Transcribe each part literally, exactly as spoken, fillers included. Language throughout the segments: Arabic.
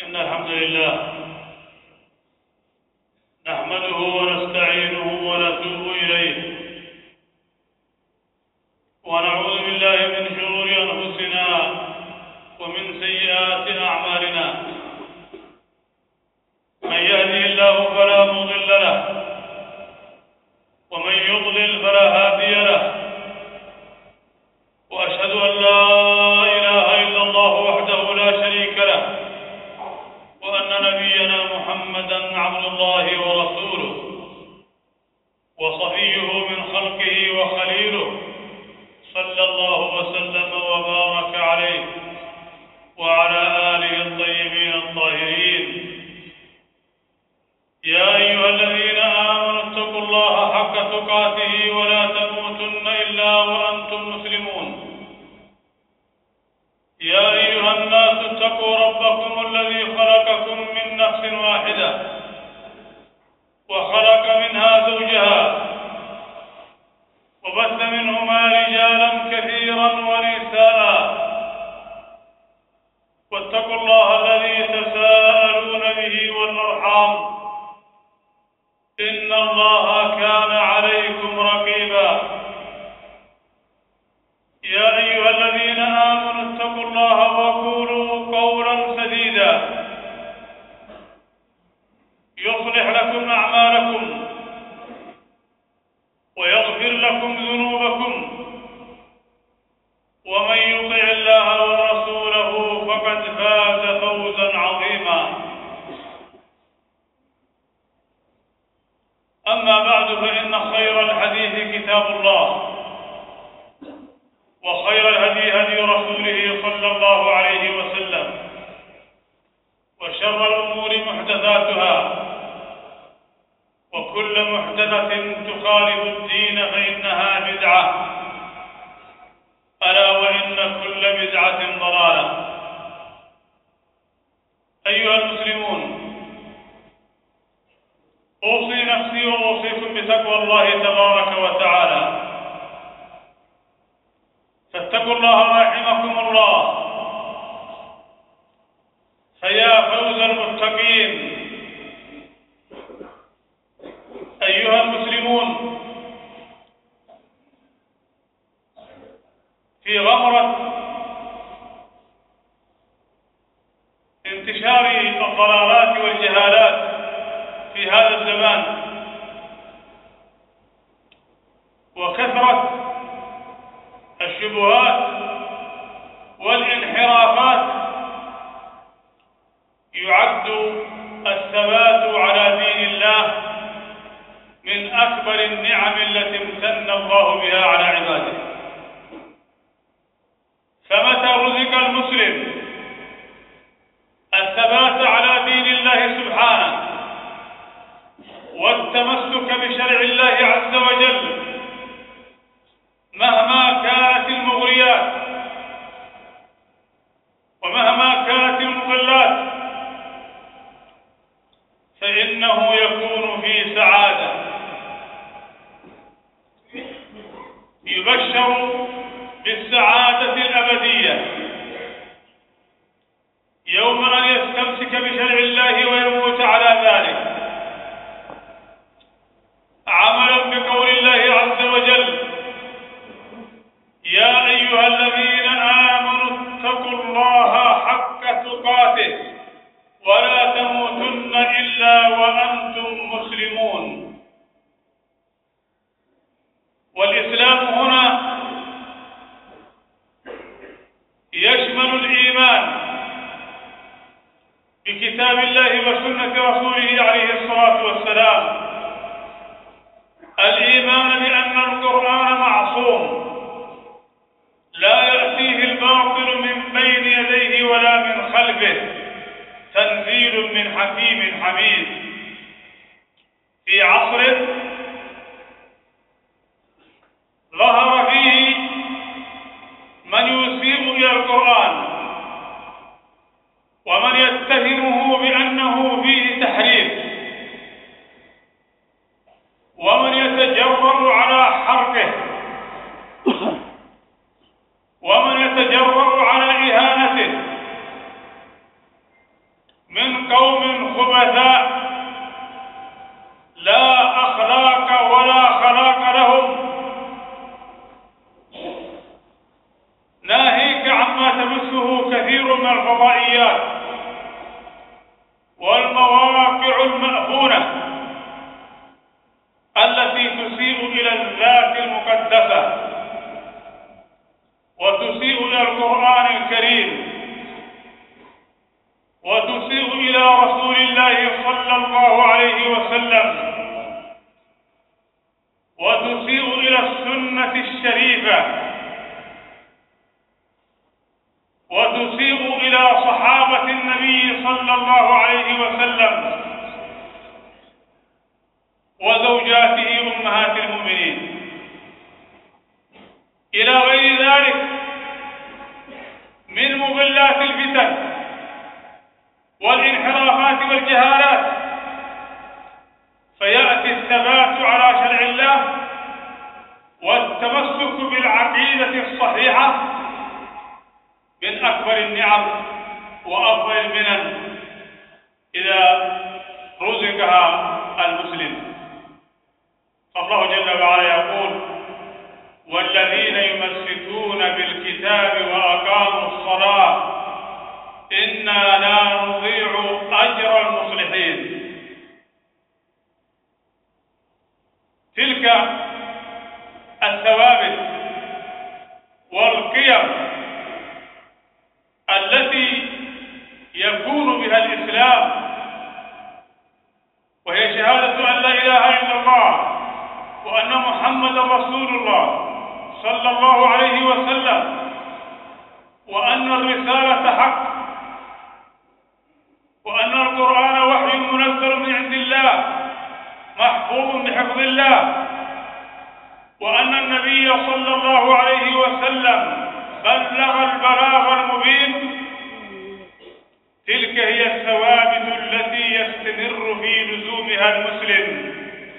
إن الحمد لله نحمده ونستعينه ونتوب إليه ونعوذ بالله من شرور أنفسنا ومن سيئات أعمالنا. من يهده الله فلا مضل له ومن يضلل فلا هادي له، وأشهد أن لا إله إلا الله وحده لا شريك له، وأن نبينا محمدًا عبد الله ورسوله وصفيه من خلقه وخليله، صلى الله وسلم وبارك عليه وعلى آله الطيبين الطاهرين. يا أيها الذين آمنوا اتقوا الله حق تقاته ولا تموتن إلا وأنتم مسلمون. يا أيها الناس اتقوا ربكم الذي خلقكم من نفس واحدة وخلق منها زوجها وبث منهما رجالا كثيرا ونساء، واتقوا الله الذي تساءلون به والأرحام، إن الله كان عليكم رقيبا. يا أيها الذين آمنوا اتقوا الله وقولوا قولا سديدا يصلح لكم أعمالكم ويغفر لكم ذنوبكم، ومن يطع الله ورسوله فقد فاز فوزا عظيما. أما بعد، فإن خير الحديث كتاب الله، وخير الهدي هدي رسوله صلى الله عليه وسلم، وشر الأمور محدثاتها، وكل محدثة تخالف الدين فإنها بدعة، ألا وإن كل بدعة ضلالة. أيها المسلمون، أوصي نفسي وأوصيكم بتقوى الله تبارك وتعالى، فاتقوا الله رحمكم الله، فيا فوز المتقين. أيها المسلمون، في غمرة انتشار الضلالات والجهالات في هذا الزمان وكثرة الشبهات والانحرافات، يعد الثبات على دين الله من أكبر النعم التي امتن الله بها على عباده. فمتى رزق المسلم الثبات على دين الله سبحانه والتمسك بشرع الله عز وجل مهما كانت المغريات ومهما كانت المضلات، فإنه يكون في سعادة، يبشر بالسعادة الأبدية يوم أن يستمسك بشرع الله ويموت على ذلك، عملا بقول الله عز وجل: يا أيها الذين آمنوا اتقوا الله حق تقاته ولا تموتن إلا وأنتم مسلمون. والإسلام هنا يشمل الإيمان بكتاب الله وسنة رسوله عليه الصلاة والسلام، الإيمان بأن القرآن معصوم لا يأتيه الباطل من بين يديه ولا من خلفه، تنزيل من حكيم حميد. في عصر ظهر فيه من يسيء إلى القرآن ومن يتهمه بأنه فيه تحريف، ومن يتجرأ على حرقه، ومن يتجرأ على إهانته، من قوم خبثاء لا أخلاق ولا خلاق لهم، ناهيك عما تمسه كثير من الفضائيات والمواقع المأفونة التي تسيء إلى الذات المقدسة وتسيء إلى القرآن الكريم وتسيء إلى رسول الله صلى الله عليه وسلم وتسيء إلى السنة الشريفة وتسيء إلى صحابة النبي صلى الله عليه وسلم وزوجاته أمهات المؤمنين إلى غير ذلك من مضلات الفتن والانحرافات والجهالات، فيأتي الثبات على شرع الله والتمسك بالعقيدة الصحيحة من أكبر النعم وأفضل المنن إذا رزقها المسلم. فالله جل وعلا يقول: والذين يمسكون بالكتاب وأقاموا الصلاة إنا لا نضيع أجر المصلحين. تلك الثوابت والقيم التي يكون بها الإسلام، وهي شهادة أن لا إله إلا الله وأن محمدا رسول الله صلى الله عليه وسلم، وأن الرسالة حق، وأن القرآن وحي منزل من عند الله محفوظ بحفظ الله، وأن النبي صلى الله عليه وسلم بلغ البلاغ المبين. تلك هي الثوابت التي يستمر في لزومها المسلم،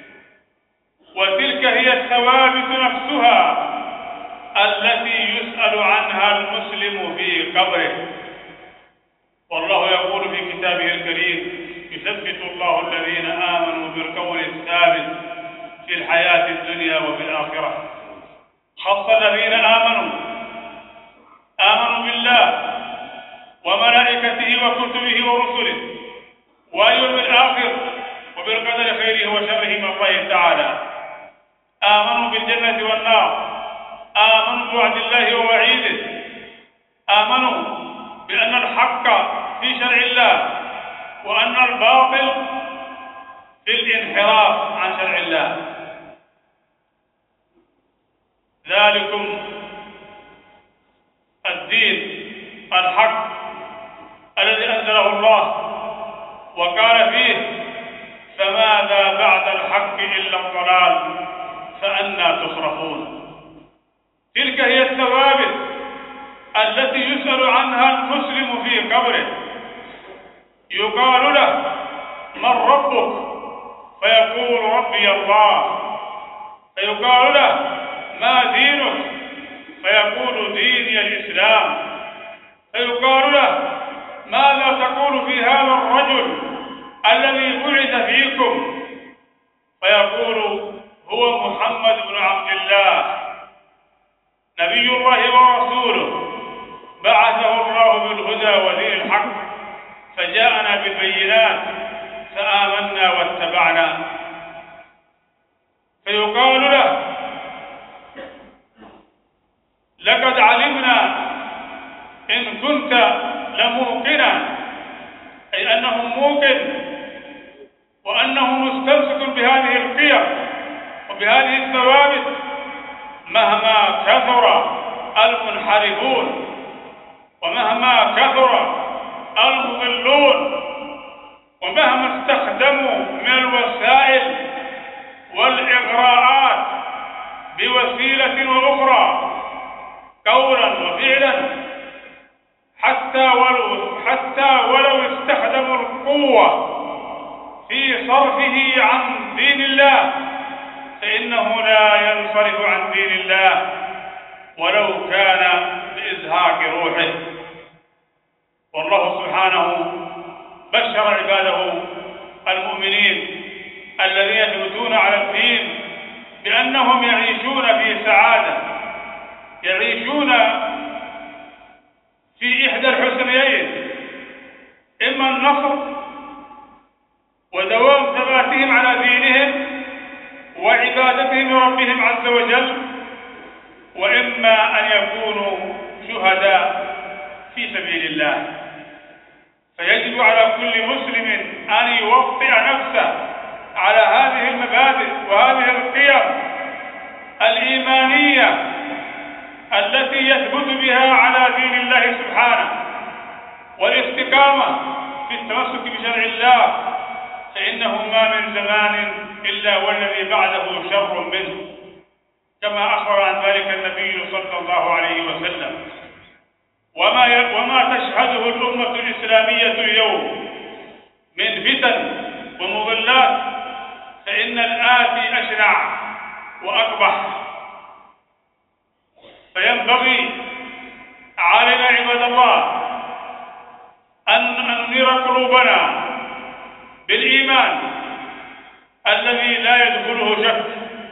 وتلك هي الثوابت نفسها التي يسأل عنها المسلم في قبره. والله يقول في كتابه الكريم: يثبت الله الذين آمنوا بالقول الثابت في الحياة الدنيا وفي الآخرة. خص الذين آمنوا آمنوا بالله وملائكته وكتبه ورسله واليوم الآخر وبالقدر خيره وشره من الله تعالى. آمنوا بالجنة والنار، آمنوا بوعد الله ووعيده، آمنوا بأن الحق في شرع الله وأن الباطل في الانحراف عن شرع الله. ذلكم الدين الحق الذي أنزله الله وقال فيه: فماذا بعد الحق إلا الضلال فأنى تصرفون. تلك هي الثوابت التي يسأل عنها المسلم في قبره. يقال له: من ربك؟ فيقول: ربي الله. فيقال له: ما دينك؟ فيقول: ديني الإسلام. فيقال له: ماذا تقول في هذا الرجل الذي بعث فيكم؟ فيقول: هو محمد بن عبد الله نبي الله ورسوله، بعثه الله بالهدى ودين الحق، فجاءنا بالبينات فآمنا واتبعنا. فيقال له: لقد علمنا إن كنت لموقنا، أي أنه موقن وأنه مستمسك بهذه القيم وبهذه الثوابت مهما كثر المنحرفون ومهما كثر المضلون ومهما استخدموا من الوسائل والإغراءات بوسيلة وأخرى قولا وفعلا، حتى ولو حتى ولو استخدموا القوة في صرفه عن دين الله، فإنه لا ينصرف عن دين الله ولو كان بإزهاق روحه. والله سبحانه بشر عباده المؤمنين الذين يثبتون على الدين بأنهم يعيشون في سعادة، يعيشون في إحدى الحسنيين، إما النصر ودوام ثباتهم على دينهم وعبادتهم لربهم عز وجل، وإما أن يكونوا شهداء في سبيل الله. فيجب على كل مسلم أن يوطئ نفسه على هذه المبادئ وهذه القيم الإيمانية التي يثبت بها على دين الله سبحانه، والاستقامة في التمسك بشرع الله، فإنه ما من زمان إلا والذي بعده شر منه، كما أخبر عن ذلك النبي صلى الله عليه وسلم. وما وما تشهده الأمة الإسلامية اليوم من فتن ومضلات فإن الآتي أشنع وأقبح. فينبغي علينا عباد الله أن ننير قلوبنا بالإيمان الذي لا يدخله شك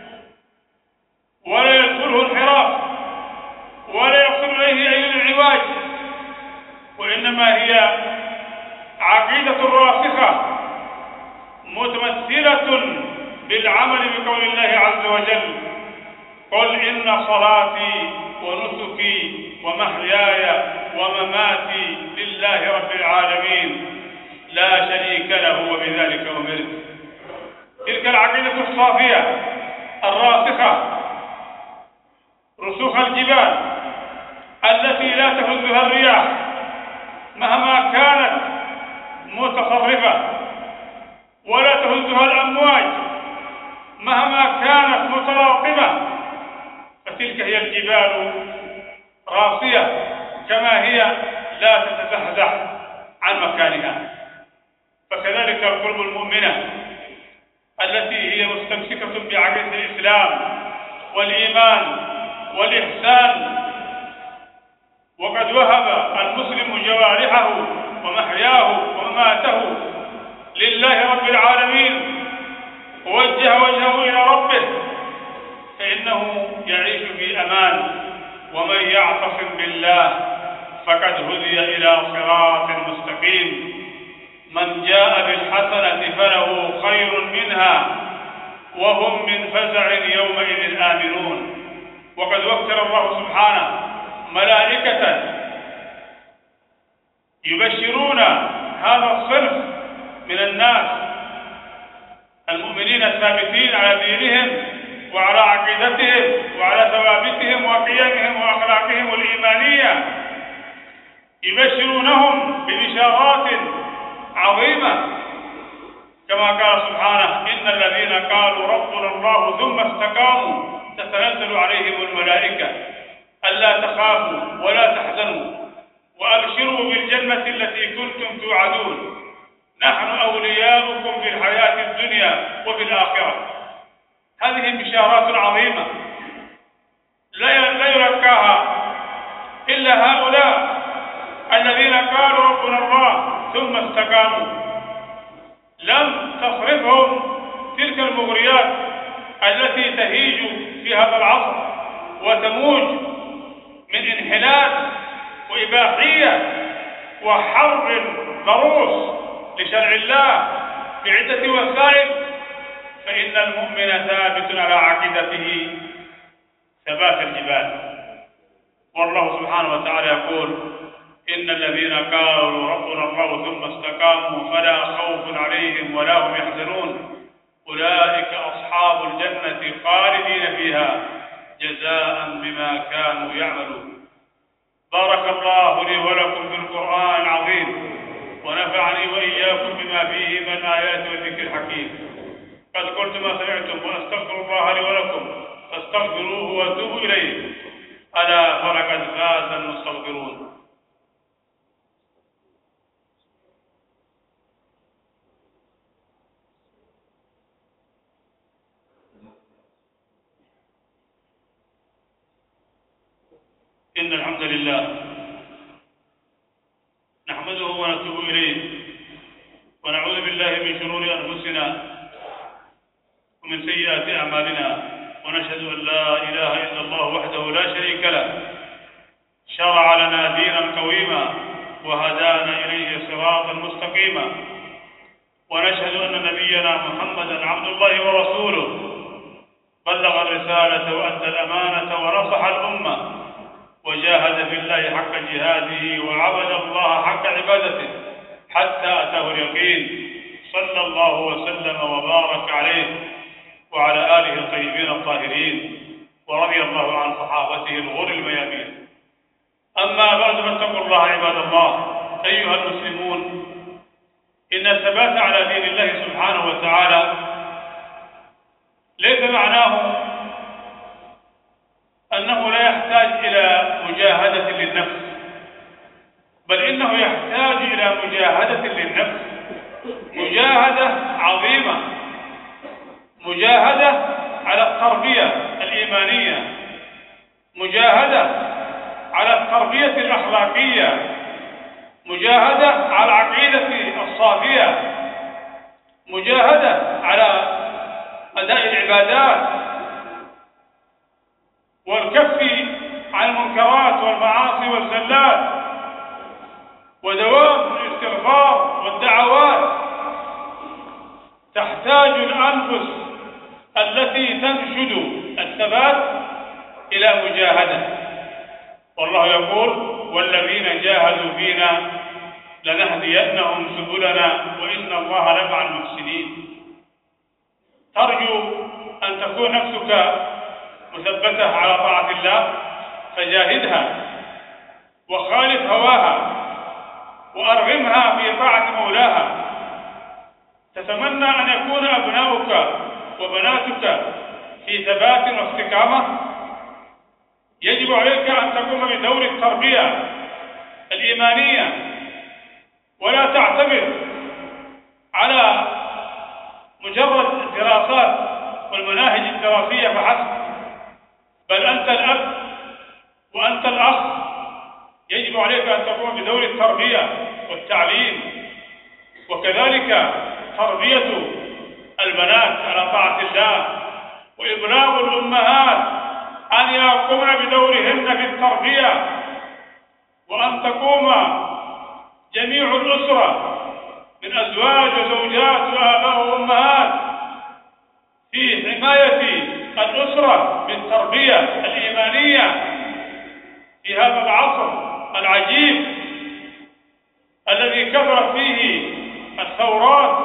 ولا يدخله انحراف ولا يصل إليه أي انعواج، وإنما هي عقيدة راسخة متمثلة بالعمل بقول الله عز وجل: قل إن صلاتي ونسكي ومحياي ومماتي لله رب العالمين لا شريك له وبذلك أمرت. تلك العقيدة الصافية الراسخة رسوخ الجبال التي لا تهزها الرياح مهما كانت متصرفة، ولا تهزها الأمواج مهما كانت متراقبة، فتلك هي الجبال راسية كما هي لا تتزحزح عن مكانها. فكذلك القلوب المؤمنة التي هي مستمسكة بعقيدة الإسلام والإيمان والإحسان، وقد وهب المسلم جوارحه ومحياه ومماته لله رب العالمين ووجه وجهه إلى ربه، فإنه يعيش في أمان. ومن يعتصم بالله فقد هدي إلى صراط مستقيم. من جاء بالحسنة فله خير منها وهم من فزع يومئذ آمنون. وقد وكل الله سبحانه ملائكة يبشرون هذا الصنف من الناس المؤمنين الثابتين على دينهم وعلى عقيدتهم وعلى ثوابتهم وقيمهم وأخلاقهم الإيمانية، يبشرونهم ببشارات عظيمة، كما قال سبحانه: إن الذين قالوا ربنا الله ثم استقاموا تتنزل عليهم الملائكة ألا تخافوا ولا تحزنوا وأبشروا بالجنة التي كنتم توعدون نحن أولياؤكم في الحياة الدنيا وفي الآخرة. هذه بشارات عظيمة لا يلقاها إلا هؤلاء الذين قالوا ربنا الله ثم استقاموا. لم تصرفهم تلك المغريات التي تهيج في هذا العصر وتموج من انحلال وإباحية وحرب ضروس لشرع الله بعدة وسائل، فإن المؤمن ثابت على عقيدته ثبات الجبال. والله سبحانه وتعالى يقول: إن الذين قالوا ربنا الله ثم استقاموا فلا خوف عليهم ولا هم يحزنون أولئك أصحاب الجنة خالدين فيها جزاء بما كانوا يعملون. بارك الله لي ولكم في القرآن العظيم، ونفعني وإياكم بما فيه من آيات وذكر الحكيم. قد قلت ما سمعتم، وأستغفر الله لي ولكم فاستغفروه وتوبوا إليه، ألا فلقد فاز المستغفرون. إن الحمد لله نحمده ونتوب إليه من شرور أنفسنا ومن سيئات أعمالنا، ونشهد أن لا إله إلا الله وحده لا شريك له شرع لنا دينا قويما وهدانا إليه صراطا مستقيما، ونشهد أن نبينا محمدا عبد الله ورسوله بلغ الرسالة وأدى الأمانة ونصح الأمة وجاهد في الله حق جهاده وعبد الله حق عبادته حتى أتاه اليقين، صلى الله وسلم وبارك عليه وعلى آله الطيبين الطاهرين، ورضي الله عن صحابته الغر الميامين. أما بعد، فاتقوا الله عباد الله أيها المسلمون. إن الثبات على دين الله سبحانه وتعالى ليس معناه أنه لا يحتاج إلى مجاهدة للنفس، بل إنه يحتاج إلى مجاهدة للنفس، مجاهدة عظيمة، مجاهدة على التربية الإيمانية، مجاهدة على التربية الأخلاقية، مجاهدة على العقيدة الصافية، مجاهدة على أداء العبادات والكف عن المنكرات والمعاصي والزلات، ودوام الاستغفار والدعوات. تحتاج الأنفس التي تنشد الثبات إلى مجاهدة، والله يقول: والذين جاهدوا فينا لنهدينهم سبلنا وإن الله لمع المحسنين. ترجو أن تكون نفسك مثبتة على طاعة الله، فجاهدها وخالف هواها وأرغمها في طاعة مولاها. تتمنى أن يكون أبناؤك وبناتك في ثبات واستقامة، يجب عليك أن تقوم بدور التربية الإيمانية، ولا تعتمد على مجرد الدراسات والمناهج الدراسية فحسب، بل أنت الأب وأنت الأخ يجب عليك أن تقوم بدور التربية والتعليم، وكذلك تربية البنات على طاعة الله، وإبلاغ الأمهات أن يقومن بدورهن في التربية، وأن تقوم جميع الأسرة من أزواج وزوجات وآباء وأمهات في حماية الأسرة بالتربية الإيمانية في هذا العصر العجيب الذي كثرت فيه الثورات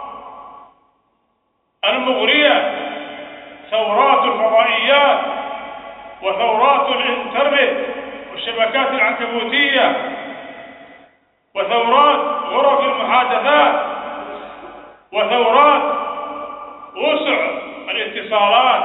المغرية، ثورات الفضائيات وثورات الإنترنت والشبكات العنكبوتية وثورات غرف المحادثات وثورات وسع الاتصالات.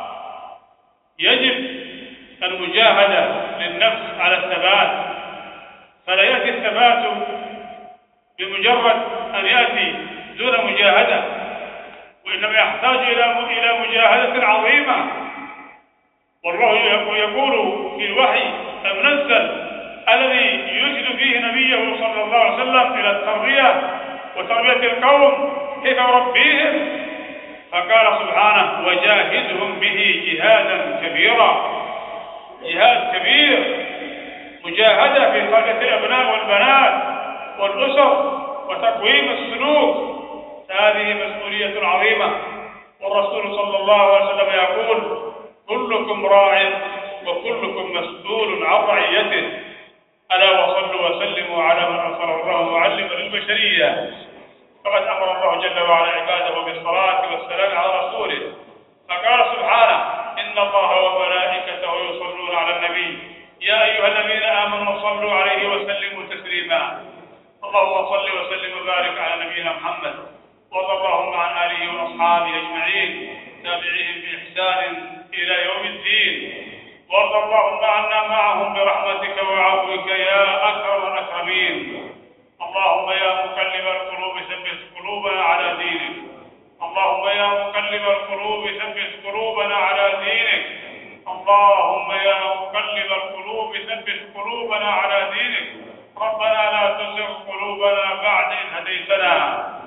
يجب المجاهدة للنفس على الثبات، فلا يأتي الثبات بمجرد أن يأتي دون مجاهدة، وإنما يحتاج إلى مجاهدة عظيمة. والله يقول في الوحي المنزل الذي يرشد فيه نبيه صلى الله عليه وسلم إلى التربية وتربية القوم كيف يربيهم، فقال سبحانه: وجاهدهم به جهادا كبيرا. جهاد كبير، مجاهدة في تربية الأبناء والبنات والأسر وتقويم السلوك، هذه مسؤولية عظيمة. والرسول صلى الله عليه وسلم يقول: كلكم راع وكلكم مسؤول عن رعيته. ألا وصلوا وسلموا على من أرسله الله معلما للبشرية. فقد أمر الله جل وعلا عباده بالصلاة والسلام على رسوله، فقال سبحانه: إن الله وملائكته يصلون على النبي يا أيها الذين آمنوا صلوا عليه وسلموا تسليما. اللهم صل وسلم وبارك على نبينا محمد، وارض اللهم عن آله وأصحابه أجمعين، تابعيهم بإحسان إلى يوم الدين، وارض اللهم عنا معهم برحمتك وعفوك يا أكرم الأكرمين. اللهم يا مقلب القلوب ثبت قلوبنا على دينك. اللهم يا مقلب القلوب ثبت قلوبنا على دينك. اللهم يا مقلب القلوب ثبت قلوبنا على دينك. ربنا لا تزغ قلوبنا بعد إذ هديتنا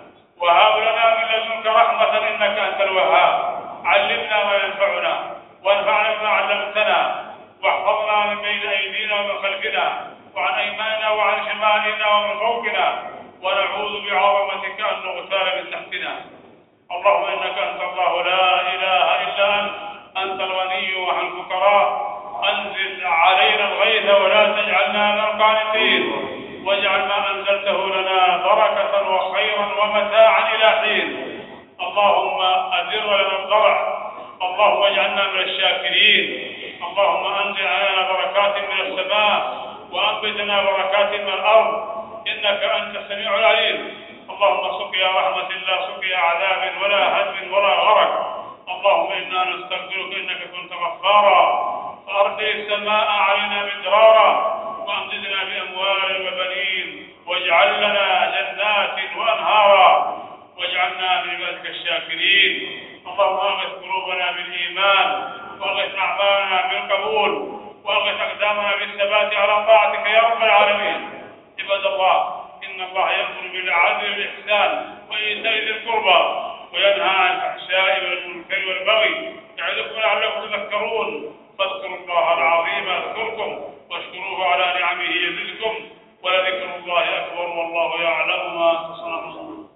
وهب لنا من لدنك رحمة إنك أنت الوهاب. علمنا ما ينفعنا وانفعنا بما علمتنا، واحفظنا من بين أيدينا ومن خلفنا وعن أيماننا وعن شمالنا ومن فوقنا، ونعوذ بعظمتك أن نغتال من تحتنا. اللهم إنك أنت الله لا إله إلا أنت، أنت الغني ونحن الفقراء. أنزل علينا الغيث ولا تجعلنا من القانطين، واجعل ما أنزلته لنا بركة وخيرا ومتاعا إلى حين. اللهم أدر لنا الضرع، اللهم اجعلنا من الشاكرين. اللهم أنزل علينا بركات من السماء وأنبتنا بركات من الأرض، إنك أنت السميع العليم. اللهم سقيا رحمة لا سقيا عذاب ولا هدم ولا غرق. اللهم إنا نستغفرك إنك كنت غفارا، فأرسل السماء علينا مدرارا وأمددنا بأموال وبنين، واجعل لنا جنات وأنهارا، واجعلنا من عبادك الشاكرين. اللهم أغث قلوبنا بالإيمان، وأغث أعمالنا بالقبول، وأغث أقدامنا بالثبات على طاعتك يا رب العالمين. عباد الله، إن الله يأمر بالعدل والإحسان وإيتاء ذي القربى وينهى عن الفحشاء والمنكر والبغي، يعظكم لعلكم تذكرون. فاذكروا الله